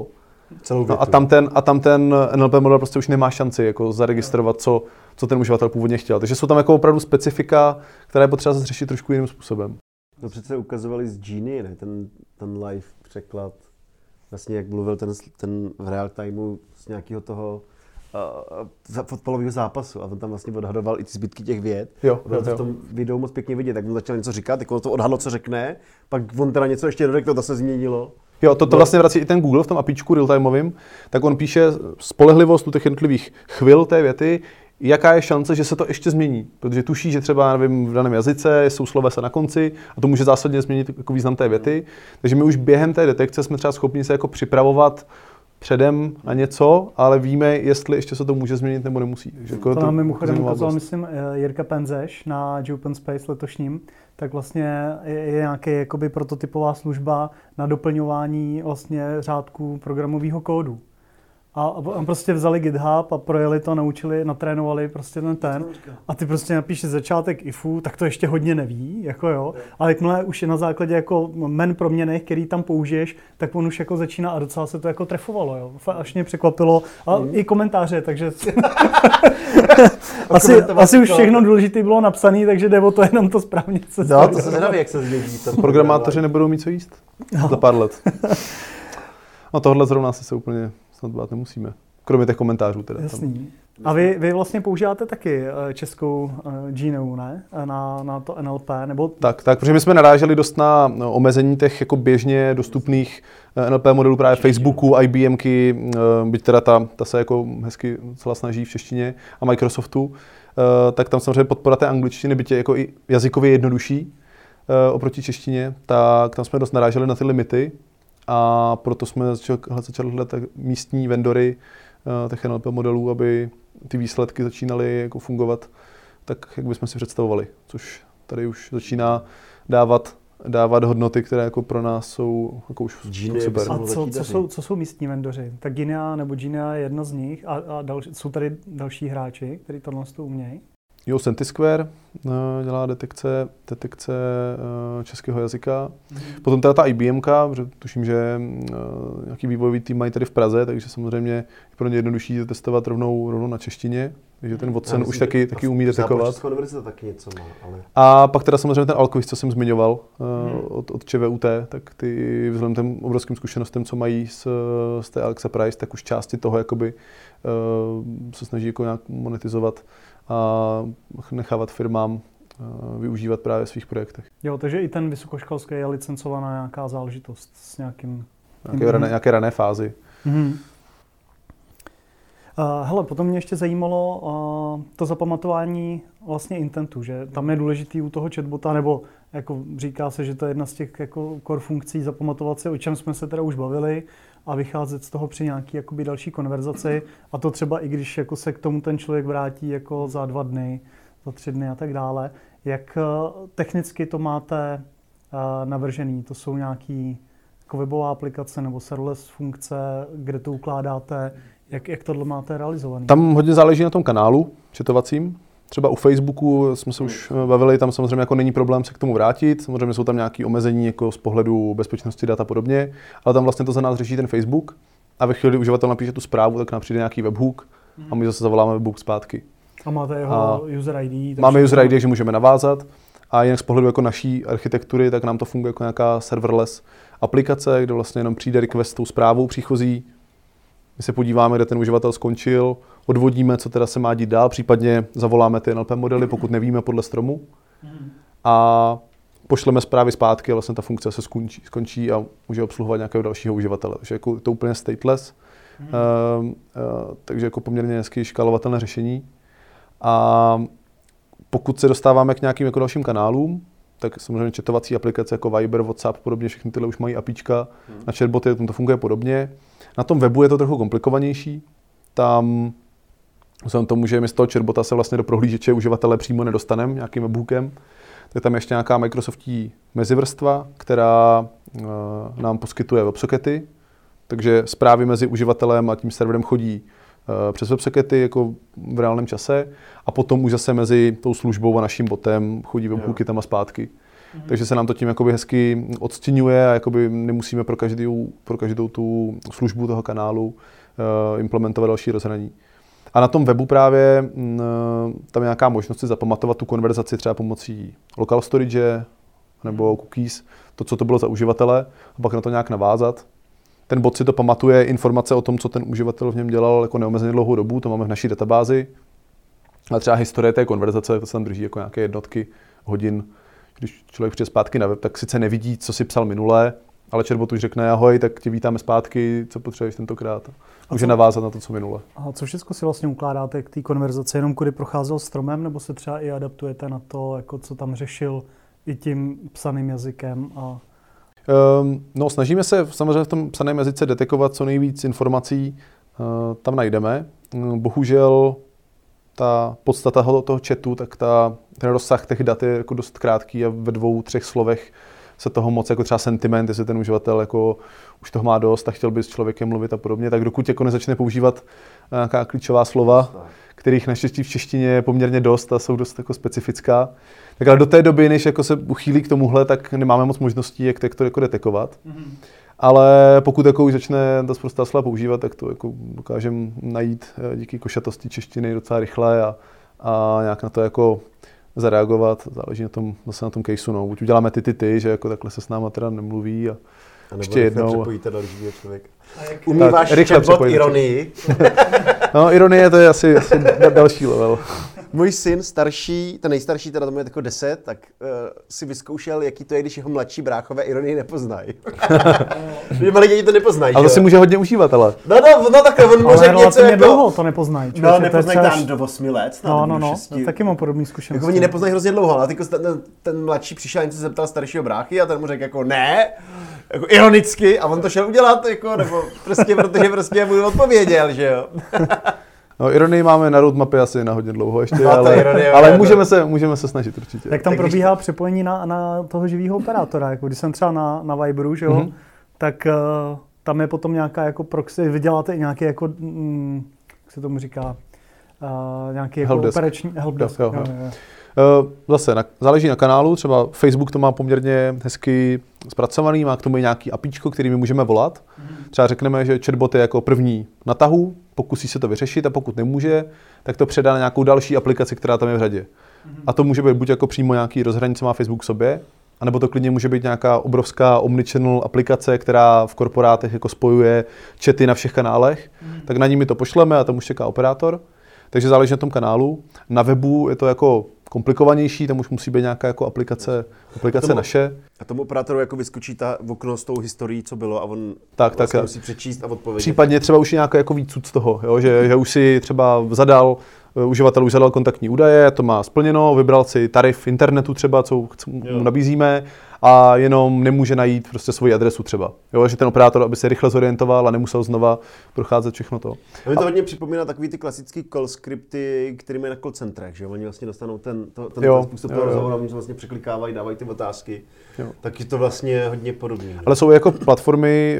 Celou větu. No a tam ten NLP model prostě už nemá šanci jako zaregistrovat, co ten uživatel původně chtěl. Takže jsou tam jako opravdu specifika, která je potřeba řešit trošku jiným způsobem. To přece ukazovali z Genie, ne? Ten live překlad. Vlastně jak mluvil ten v real timeu z nějakého toho fotbalového zápasu a on tam vlastně odhadoval i ty zbytky těch vět. Jo. V tom videu moc pěkně vidět, tak on začal něco říkat, tak on to odhadlo, co řekne, pak on teda něco ještě dořekl, to se změnilo. Jo, to vlastně vrací i ten Google v tom APIčku real-timeovým, tak on píše spolehlivost u těch jednotlivých chvil té věty, jaká je šance, že se to ještě změní, protože tuší, že třeba nevím, v daném jazyce jsou slovesa na konci a to může zásadně změnit jako význam té věty. Takže my už během té detekce jsme třeba schopni se jako připravovat předem na něco, ale víme, jestli ještě se to může změnit nebo nemusí. Takže jako to nám mimochodem ukazoval, myslím, Jirka Penzeš na Open Space letošním, tak vlastně je nějaký jakoby prototypová služba na doplňování vlastně řádků programového kódu. A prostě vzali GitHub a projeli to, naučili, natrénovali prostě ten. A ty prostě napíšeš začátek ifu, tak to ještě hodně neví, jako jo. Ale jakmile už je na základě jako men proměnných, který tam použiješ, tak on už jako začíná a docela se to jako trefovalo, jo. Až mě překvapilo. A i komentáře, takže asi už všechno důležité bylo napsané, takže jde o to jenom to správně se no, to se neví, jak se změní. Programátoři nebudou mít co jíst za pár let. No tohle zrovna se úplně snad bát nemusíme. Kromě těch komentářů teda. Jasný. A vy vlastně používáte taky českou Geniu, ne? Na to NLP, nebo? Tak, protože my jsme naráželi dost na omezení těch jako běžně dostupných NLP modelů právě Facebooku, IBMky, byť teda ta se jako hezky celá snaží v češtině, a Microsoftu, tak tam samozřejmě podpora té angličtiny, byť je jako i jazykově jednodušší oproti češtině, tak tam jsme dost naráželi na ty limity. A proto jsme začali hledat místní vendory těch NLP modelů, aby ty výsledky začínaly jako fungovat tak, jak bychom si představovali. Což tady už začíná dávat hodnoty, které jako pro nás jsou jako už super. A co jsou místní vendoři? Tak Genia nebo Genia je jedna z nich a jsou tady další hráči, kteří tohle umějí? Jo, Sentisquare dělá detekce českého jazyka. Potom teda ta IBMka, protože tuším, že nějaký vývojový tým mají tady v Praze, takže samozřejmě je pro ně jednodušší to testovat rovnou na češtině. Takže ten Watson už taky umí detekovat. Česká univerzita taky něco má, ale... A pak teda samozřejmě ten Alquiz, co jsem zmiňoval od ČVUT, tak ty vzhledem těm obrovským zkušenostem, co mají z té Alexa Price, tak už části toho jakoby se snaží jako nějak monetizovat a nechávat firmám využívat právě v svých projektech. Jo, takže i ten vysokoškolský je licencovaná nějaká záležitost s nějakým... Nějaké rané fázi. Mm-hmm. Hele, potom mě ještě zajímalo to zapamatování vlastně intentu, že tam je důležitý u toho chatbota, nebo jako říká se, že to je jedna z těch jako core funkcí zapamatovat si, o čem jsme se teda už bavili a vycházet z toho při nějaký jakoby další konverzaci a to třeba i když jako se k tomu ten člověk vrátí jako za 2 dny, za 3 dny a tak dále. Jak technicky to máte navržený? To jsou nějaký jako webová aplikace nebo serverless funkce, kde to ukládáte? Jak tohle máte realizované? Tam hodně záleží na tom kanálu chatovacím. Třeba u Facebooku jsme se už bavili, tam samozřejmě jako není problém se k tomu vrátit. Samozřejmě jsou tam nějaké omezení jako z pohledu bezpečnosti dat a podobně, ale tam vlastně to za nás řeší ten Facebook. A ve chvíli, kdy uživatel napíše tu zprávu, tak nám přijde nějaký webhook a my zase zavoláme webhook zpátky. A máte jeho user ID? Máme user ID, že můžeme navázat. A jinak z pohledu jako naší architektury, tak nám to funguje jako nějaká serverless aplikace, kde vlastně jenom přijde request s tou zprávou příchozí. My se podíváme, kde ten uživatel skončil, odvodíme, co teda se má dít dál, případně zavoláme ty NLP modely, pokud nevíme podle stromu. A pošleme zprávy zpátky a vlastně ta funkce se skončí a může obsluhovat nějakého dalšího uživatele. Takže jako to úplně stateless, takže jako poměrně hezky škálovatelné řešení. A pokud se dostáváme k nějakým jako dalším kanálům, tak samozřejmě chatovací aplikace jako Viber, WhatsApp, podobně, všechny tyhle už mají APIčka, na chatboty, tam to funguje podobně. Na tom webu je to trochu komplikovanější. Tam vzhledem tomu, že my z toho chatbota se vlastně do prohlížeče uživatele přímo nedostaneme nějakým webhookem, tak tam je ještě nějaká Microsoftí mezivrstva, která nám poskytuje websockety, takže zprávy mezi uživatelem a tím serverem chodí přes websockety jako v reálném čase a potom už zase mezi tou službou a naším botem chodí webhooky tam a zpátky. Takže se nám to tím jakoby hezky odstěňuje a jakoby nemusíme pro každou tu službu toho kanálu implementovat další rozhraní. A na tom webu právě tam je nějaká možnost si zapamatovat tu konverzaci třeba pomocí local storage nebo cookies, to, co to bylo za uživatele, a pak na to nějak navázat. Ten bot si to pamatuje, informace o tom, co ten uživatel v něm dělal jako neomezeně dlouhou dobu, to máme v naší databázi. A třeba historie té konverzace, to se tam drží jako nějaké jednotky hodin. Když člověk přijde zpátky na web, tak sice nevidí, co si psal minule, ale chatbot už řekne ahoj, tak tě vítáme zpátky, co potřebuješ tentokrát. Může navázat na to, co minule. A co všechno si vlastně ukládáte k té konverzaci? Jenom kudy procházel stromem, nebo se třeba i adaptujete na to, jako co tam řešil i tím psaným jazykem? No, snažíme se samozřejmě v tom psaném jazyce detekovat co nejvíc informací, tam najdeme. Bohužel ta podstata toho chatu, tak ten rozsah těch dat je jako dost krátký a ve 2-3 slovech se toho moc, jako třeba sentiment, jestli ten uživatel jako už toho má dost a chtěl by s člověkem mluvit a podobně, tak dokud jako nezačne používat nějaká klíčová slova, kterých naštěstí v češtině je poměrně dost a jsou dost jako specifická, tak ale do té doby, než jako se uchýlí k tomuhle, tak nemáme moc možností, jak to jako detekovat. Ale pokud jako už začne ta sprostá slova používat, tak to jako dokážeme najít díky košatosti češtiny docela rychle a nějak na to jako zareagovat. Záleží na tom, zase na tom caseu. No. Buď uděláme ty, že jako takhle se s náma teda nemluví a ještě jednou. Přepojíte dalšího člověka. Umí váš chatbot ironii? No, ironie to je asi další level. Můj syn starší, ten nejstarší, teda tomu je jako 10, tak si vyzkoušel, jaký to je, když jeho mladší bráchové ironii nepoznají. Že malí děti to nepoznají. Ale to si může hodně užívat, ale. No takhle, on mu řekne něco jako... dlouho to nepoznají. No, nepoznají tam do 8 let. No, taky mám podobný zkušenosti. Jako oni nepoznají hrozně dlouho, ale ten mladší přišel, něco se zeptal staršího bráchy a ten mu řekl jako ne, jako ironicky a on to šel udělat, jako, nebo prostě, protože prostě mu odpověděl, že jo. No, ironii máme na roadmapě asi na hodně dlouho ještě, no, ale můžeme se snažit určitě. Jak tam probíhá připojení na toho živého operátora? Jako když jsem třeba na Viberu, že jo, tak tam je potom nějaká jako proxy, vy děláte i nějaký jako, jak se tomu říká, nějaký jako operační helpdesk. Jo. Zase záleží na kanálu, třeba Facebook to má poměrně hezky zpracovaný, má k tomu i nějaký APIčko, který my můžeme volat. Třeba řekneme, že chatbot je jako první na tahu, pokusí se to vyřešit a pokud nemůže, tak to předá na nějakou další aplikaci, která tam je v řadě. A to může být buď jako přímo nějaký rozhraní, co má Facebook v sobě, anebo to klidně může být nějaká obrovská omnichannel aplikace, která v korporátech jako spojuje chaty na všech kanálech, tak na ní my to pošleme a tam už čeká operátor. Takže záleží na tom kanálu. Na webu je to jako komplikovanější, tam už musí být nějaká jako aplikace naše. A tomu operátorovi jako vyskočí ta okno s tou historií, co bylo a on tak musí přečíst a odpovědět. Případně třeba už je nějaký jako víc z toho, jo? Že už si třeba uživatel už zadal kontaktní údaje, to má splněno, vybral si tarif internetu třeba, co mu nabízíme a jenom nemůže najít prostě svoji adresu třeba. Jo, že ten operátor, aby se rychle zorientoval a nemusel znova procházet všechno to. A mi to hodně připomíná takový ty klasický call scripty, který mají na call centrech, že oni vlastně dostanou ten způsob toho rozhovoru, oni se vlastně překlikávají, dávají ty otázky. Tak je to vlastně hodně podobné. Ale jsou jako platformy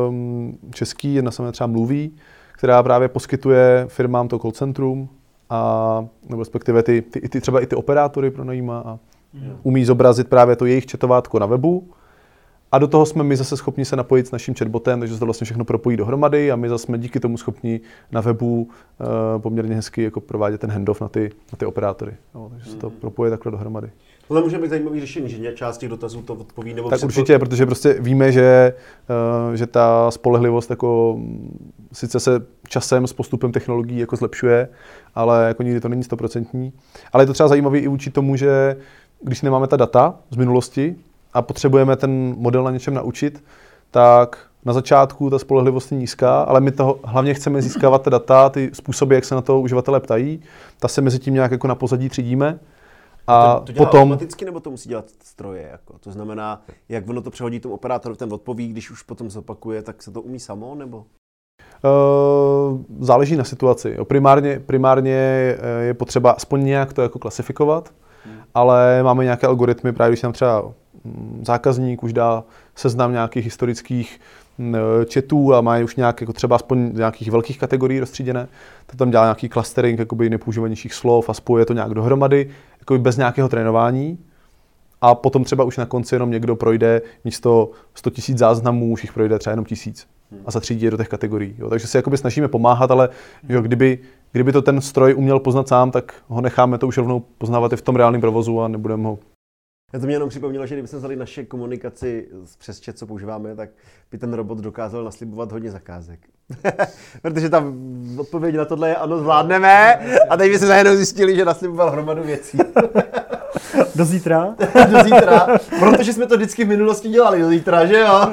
český, jedna se třeba Mluví, která právě poskytuje firmám to call centrum a nebo respektive třeba i ty operátory pronajímá a umí zobrazit právě to jejich chatovátko na webu. A do toho jsme my zase schopni se napojit s naším chatbotem, takže se to vlastně všechno propojí dohromady a my zase jsme díky tomu schopni na webu poměrně hezky jako provádět ten handoff na ty operátory. No, takže se to propoje takhle dohromady. Tohle může být zajímavý řešení, že část těch dotazů to odpoví nebo tak určitě, protože prostě víme, že ta spolehlivost jako sice se časem s postupem technologií jako zlepšuje, ale jako nikdy to není 100%. Ale je to třeba zajímavý i vůči tomu, že když nemáme ta data z minulosti a potřebujeme ten model na něčem naučit, tak na začátku ta spolehlivost je nízká, ale my toho hlavně chceme získávat ta data, ty způsoby, jak se na to uživatelé ptají, ta se mezi tím nějak jako na pozadí třídíme. A to dělá potom automaticky, nebo to musí dělat stroje? Jako? To znamená, jak ono to přehodí tomu operátoru, ten odpoví, když už potom zopakuje, tak se to umí samo, nebo? Záleží na situaci. Primárně je potřeba aspoň nějak to jako klasifikovat, ale máme nějaké algoritmy, právě když nám třeba zákazník už dá seznam nějakých historických chatů a má už nějak, jako třeba aspoň nějakých velkých kategorií rozstříděné, tak tam dělá nějaký clustering jakoby nepoužívanějších slov a spojuje to nějak dohromady, jakoby bez nějakého trénování. a potom třeba už na konci jenom někdo projde místo 100 000 záznamů, už jich projde třeba jenom 1000 a zatřídí je do těch kategorií. Jo. Takže se jakoby snažíme pomáhat, ale jo, kdyby to ten stroj uměl poznat sám, tak ho necháme to už rovnou poznávat i v tom reálném provozu a nebudeme ho. Já to mě jenom připomnělo, že kdybychom vzali naše komunikaci přes chat, co používáme, tak by ten robot dokázal naslibovat hodně zakázek. Protože tam odpověď na tohle je ano, zvládneme. A teď bychom najednou zjistili, že nasliboval hromadu věcí. Do zítra? Do zítra. Protože jsme to vždycky v minulosti dělali do zítra, že jo?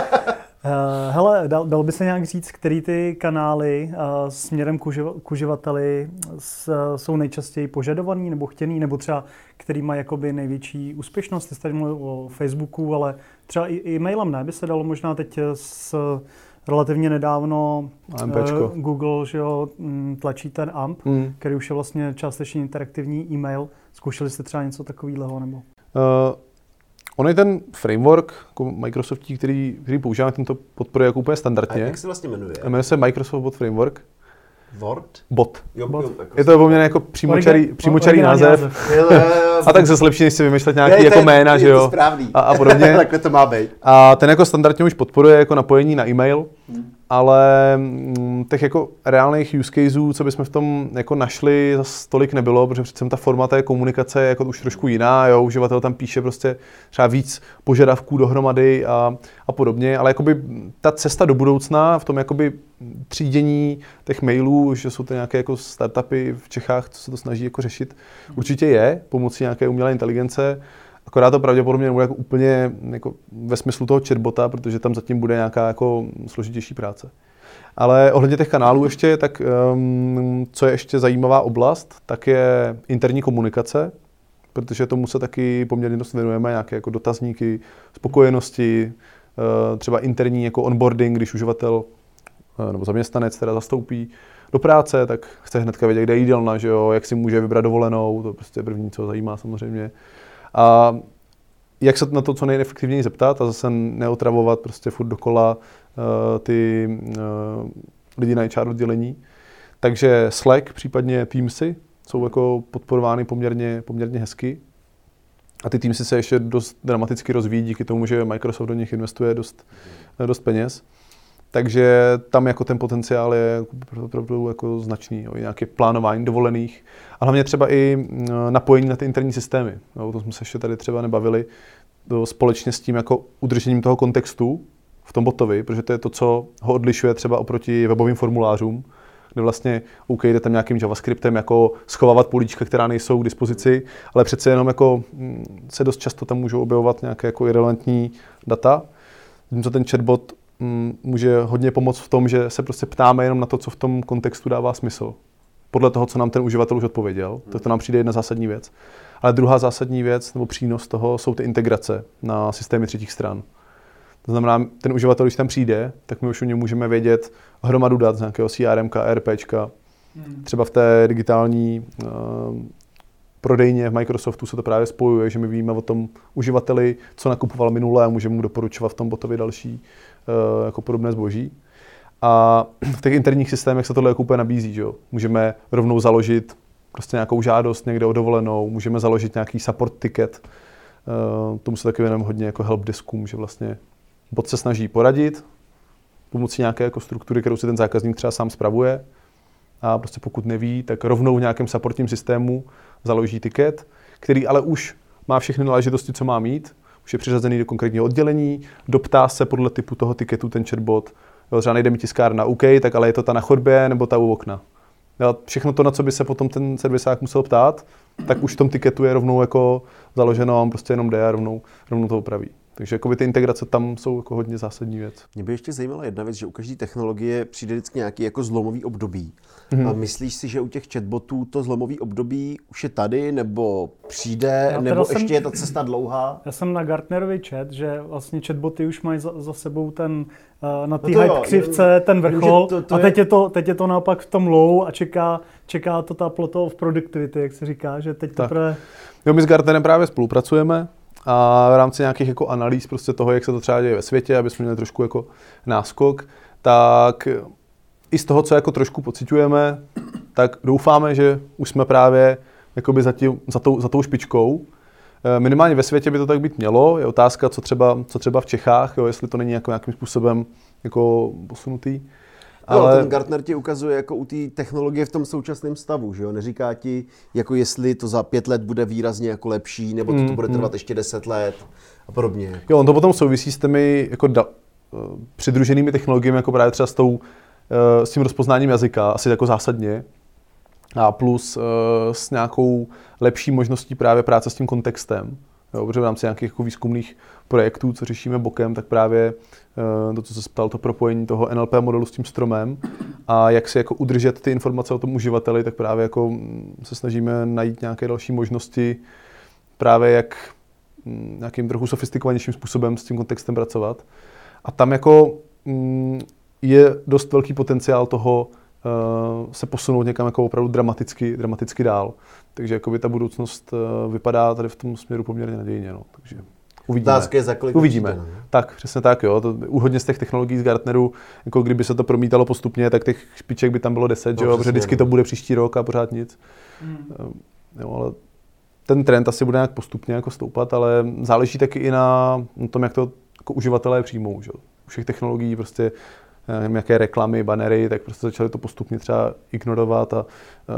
Hele, dal by se nějak říct, který ty kanály směrem k uživateli jsou nejčastěji požadovaný nebo chtěný, nebo třeba který má jakoby největší úspěšnost? Ty jsi tady mluvil o Facebooku, ale třeba i e-mailem, ne? By se dalo možná teď relativně nedávno Google, že jo, tlačí ten AMP, který už je vlastně částečně interaktivní e-mail. Zkoušeli jste třeba něco takového nebo? On je ten framework jako Microsoftí, který používáme, tento podporuje jako úplně standardně. A jak se vlastně jmenuje? Jmenuje se Microsoft Bot Framework. Word? Bot. Bot. Je to poměrně jako přímočarý název. A tak zase lepší, než si vymýšlet nějaký jako jména, že jo? A podobně. Takhle to má být. A ten jako standardně už podporuje jako napojení na e-mail, ale těch jako reálných use caseů, co bychom v tom jako našli, zase tolik nebylo, protože přece ta forma té komunikace je jako už trošku jiná, jo? Uživatel tam píše prostě třeba víc požadavků dohromady a podobně, ale jakoby ta cesta do budoucna v tom jakoby třídění těch mailů, že jsou to nějaké jako startupy v Čechách, co se to snaží jako řešit, určitě je pomocí nějaké umělé inteligence. Akorát to pravděpodobně nebude jako úplně jako ve smyslu toho chatbota, protože tam zatím bude nějaká jako složitější práce. Ale ohledně těch kanálů ještě, tak co je ještě zajímavá oblast, tak je interní komunikace, protože tomu se taky poměrně dost věnujeme, nějaké jako dotazníky, spokojenosti, třeba interní jako onboarding, když uživatel nebo zaměstnanec teda zastoupí do práce, tak chce hnedka vědět, kde je jídelna, že jo, jak si může vybrat dovolenou, to prostě první, co zajímá samozřejmě. A jak se na to co nejefektivněji zeptat a zase neotravovat prostě furt dokola ty lidi na HR oddělení. Takže Slack, případně Teamsy jsou jako podporovány poměrně hezky. A ty Teamsy se ještě dost dramaticky rozvíjí díky tomu, že Microsoft do nich investuje dost peněz. Takže tam jako ten potenciál je opravdu jako značný, jo, nějaké plánování dovolených a hlavně třeba i napojení na ty interní systémy. Jo, o tom jsme se ještě tady třeba nebavili, společně s tím jako udržením toho kontextu v tom botovi, protože to je to, co ho odlišuje třeba oproti webovým formulářům, kde vlastně jde tam nějakým JavaScriptem jako schovávat políčka, která nejsou k dispozici, ale přece jenom jako se dost často tam můžou objevovat nějaké jako irelevantní data. Zatímco ten chatbot může hodně pomoct v tom, že se prostě ptáme jenom na to, co v tom kontextu dává smysl. Podle toho, co nám ten uživatel už odpověděl. To nám přijde jedna zásadní věc. Ale druhá zásadní věc, nebo přínos toho, jsou ty integrace na systémy třetích stran. To znamená, ten uživatel, když tam přijde, tak my už u něj můžeme vědět hromadu dat z nějakého CRMka, ERPčka. Třeba v té digitální prodejně v Microsoftu se to právě spojuje, že my víme o tom uživateli, co nakupoval minule a můžeme mu doporučovat v tom botovi další jako podobné zboží. A v těch interních systémech se tohle jako úplně nabízí, že jo. Můžeme rovnou založit prostě nějakou žádost někde o dovolenou, můžeme založit nějaký support ticket. Tomu se taky věnujeme hodně jako helpdeskům, že vlastně bot se snaží poradit pomocí nějaké jako struktury, kterou si ten zákazník třeba sám spravuje. A prostě pokud neví, tak rovnou v nějakém supportním systému založí tiket, který ale už má všechny náležitosti, co má mít, už je přiřazený do konkrétního oddělení, doptá se podle typu toho tiketu ten chatbot. Jo, třeba nejde mi tiskárna, OK, tak ale je to ta na chodbě nebo ta u okna. Jo, všechno to, na co by se potom ten servisák musel ptát, tak už v tom tiketu je rovnou jako založeno a on prostě jenom jde a rovnou to opraví. Takže jako ty integrace tam jsou jako hodně zásadní věc. Mě by ještě zajímala jedna věc, že u každé technologie přijde vždycky nějaký jako zlomový období. A myslíš si, že u těch chatbotů to zlomový období už je tady, nebo přijde, nebo ještě je ta cesta dlouhá? Já jsem na Gartnerovi čet, že vlastně chatboty už mají za sebou ten na té hype křivce ten vrchol a teď je to naopak v tom low a čeká to ta plateau of productivity, jak se říká, že teď teprve... Jo, my s Gartnerem právě spolupracujeme. A v rámci nějakých jako analýz prostě toho, jak se to třeba děje ve světě, aby jsme měli trošku jako náskok, tak i z toho, co jako trošku pociťujeme, tak doufáme, že už jsme právě jakoby za tou špičkou. Minimálně ve světě by to tak být mělo. Je otázka, co třeba v Čechách, jo, jestli to není jako nějakým způsobem jako posunutý. Ale ten Gartner ti ukazuje jako u té technologie v tom současném stavu, že jo? Neříká ti, jako jestli to za 5 let bude výrazně jako lepší, nebo to bude trvat ještě 10 let a podobně. Jo, on to potom souvisí s těmi jako přidruženými technologiemi, jako právě třeba s tím rozpoznáním jazyka, asi jako zásadně. A plus s nějakou lepší možností právě práce s tím kontextem. Jo, protože v rámci nějakých jako výzkumných projektů, co řešíme bokem, tak právě to, co se ptal, to propojení toho NLP modelu s tím stromem a jak si jako udržet ty informace o tom uživateli, tak právě jako se snažíme najít nějaké další možnosti právě jak nějakým trochu sofistikovanějším způsobem s tím kontextem pracovat. A tam jako je dost velký potenciál toho se posunout někam jako opravdu dramaticky dál. Takže jakoby ta budoucnost vypadá tady v tom směru poměrně nadějně. No. Takže uvidíme. Je za kolik uvidíme. Tak, přesně tak, jo. U hodně z těch technologií z Gartneru, jako kdyby se to promítalo postupně, tak těch špiček by tam bylo 10, no, jo, protože vždycky to bude příští rok a pořád nic. Jo, ale ten trend asi bude nějak postupně jako stoupat, ale záleží taky i na tom, jak to jako uživatelé přijmou. Že? U všech technologií prostě nevím, jaké reklamy, banery, tak prostě začali to postupně třeba ignorovat a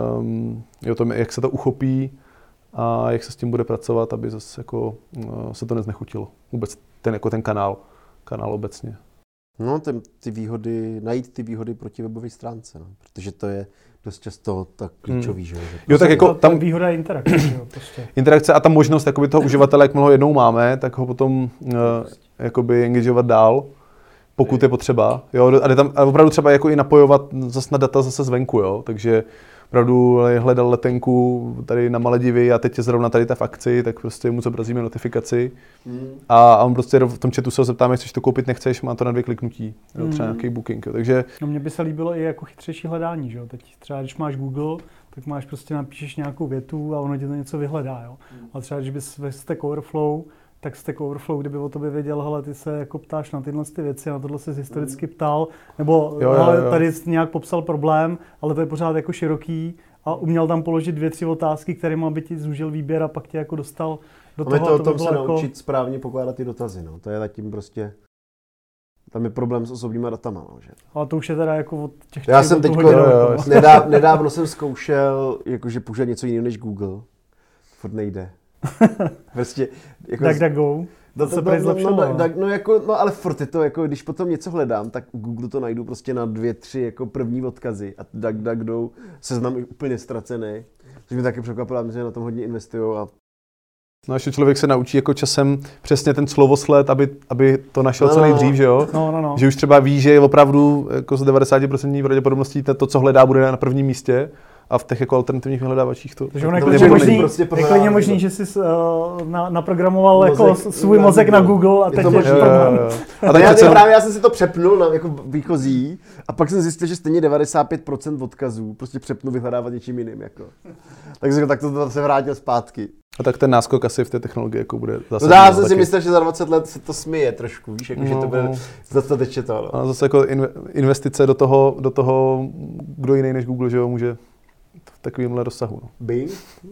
o tom, jak se to uchopí a jak se s tím bude pracovat, aby zase jako se to neznechutilo. Vůbec ten kanál obecně. No, ty výhody, najít ty výhody proti webové stránce, no, protože to je dost často tak klíčový, že? Jo, tak jako tam výhoda je interakce, jo, prostě. Interakce a ta možnost jakoby toho uživatele, jak my ho jednou máme, tak ho potom jakoby engageovat dál, pokud je potřeba. Jo, a opravdu třeba jako i napojovat zase na data zase zvenku, jo, takže opravdu hledal letenku tady na Maledivy a teď je zrovna tady ta v akci, tak prostě mu zobrazíme notifikaci a on prostě v tom chatu se ho zeptáme, chceš to koupit, nechceš, má to na 2 kliknutí, jo, třeba nějaký booking, jo, takže... No mně by se líbilo i jako chytřejší hledání, že jo, teď třeba když máš Google, tak máš prostě napíšeš nějakou větu a ono ti to něco vyhledá, jo, ale třeba když bys ve Stack Overflow, tak Stack Overflow, kdyby o tobě věděl, hele, ty se jako ptáš na tyhle věci, na tohle se historicky ptal, nebo hele, tady jsi nějak popsal problém, ale to je pořád jako široký a uměl tam položit 2-3 otázky, kterými by ti zúžil výběr a pak tě jako dostal do toho. To by se jako... naučit správně pokládat ty dotazy, no. To je zatím prostě... Tam je problém s osobníma datama, no, že? Ale to už je teda jako od těch... Já jsem teďko, nedávno jsem zkoušel, jakože použít něco jiného než Google. Furt nejde. Prostě jako DuckDuckGo. No ale furt je to jako, když potom něco hledám, tak u Google to najdu prostě na 2-3 jako první odkazy a DuckDuckGo seznam úplně ztracený. Což mě taky překvapilo, že na tom hodně investujou a... No ještě člověk se naučí jako časem přesně ten slovosled, aby to našel co nejdřív, že jo? No. Že už třeba ví, že je opravdu jako z 90% pravděpodobností to, co hledá, bude na prvním místě. A v těch jako alternativních vyhledávačích to... Takže je klidně možný, že jsi naprogramoval mozek, jako svůj mozek na Google a teď je problém. Já jsem si to přepnul na jako výchozí a pak jsem zjistil, že stejně 95% odkazů prostě přepnu vyhledávat něčím jiným. Jako. Takže tak to se vrátil zpátky. A tak ten náskok asi v té technologii jako bude zase... No já jsem si myslel, že za 20 let se to smije trošku, víš, jako, že to bude dostatečně to. No. A zase jako investice do toho, kdo jiný než Google, že jo, může v takovémhle rozsahu. No. Bing?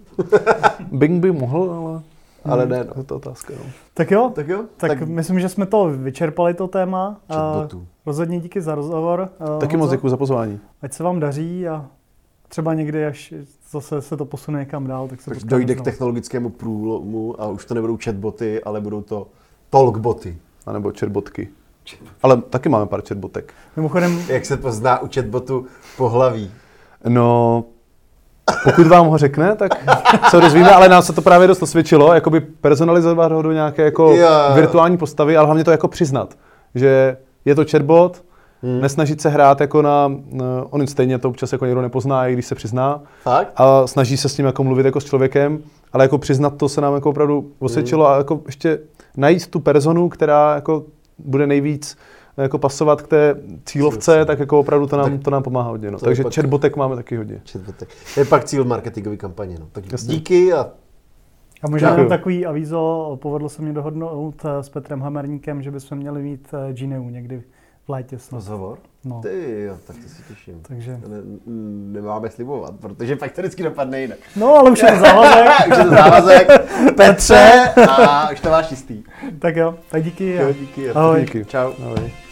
Bing by mohl, ale ne. No. Je to otázka. No. Tak jo. Tak myslím, že jsme to vyčerpali, to téma. Rozhodně díky za rozhovor. Taky moc děkuji za pozvání. Ať se vám daří a třeba někdy, až zase se to posune někam dál, tak se tak dojde k technologickému průlomu a už to nebudou chatboty, ale budou to talkboty. A nebo chatbotky. Ale taky máme pár chatbotek. Mimochodem... Jak se pozná u chatbotu pohlaví? No, pokud vám ho řekne, tak se dozvíme, ale nám se to právě dost osvědčilo, jakoby personalizovat ho do nějaké jako virtuální postavy, ale hlavně to jako přiznat, že je to chatbot, nesnažit se hrát jako on stejně to občas jako někdo nepozná, i když se přizná. Fakt? A snaží se s ním jako mluvit jako s člověkem, ale jako přiznat to se nám jako opravdu osvědčilo a jako ještě najít tu personu, která jako bude nejvíc jako pasovat k té cílovce, tak jako opravdu to nám pomáhá hodně. No. Takže chatbotek máme taky hodně. Chatbotek. Je pak cíl marketingové kampaně. No. Tak díky a možná jenom takový avízo, povedlo se mi dohodnout s Petrem Hamerníkem, že bychom měli mít Gineu někdy v létě snad. Rozhovor? No. Ty jo, tak to si těším. Takže... Nemáme slibovat, protože pak to vždycky dopadne jinak. No, ale už je to závazek. Už je to závazek. Petře, a už to máš jistý. Tak jo, tak díky. Jo, díky. Ahoj. Díky. Čau. Ahoj.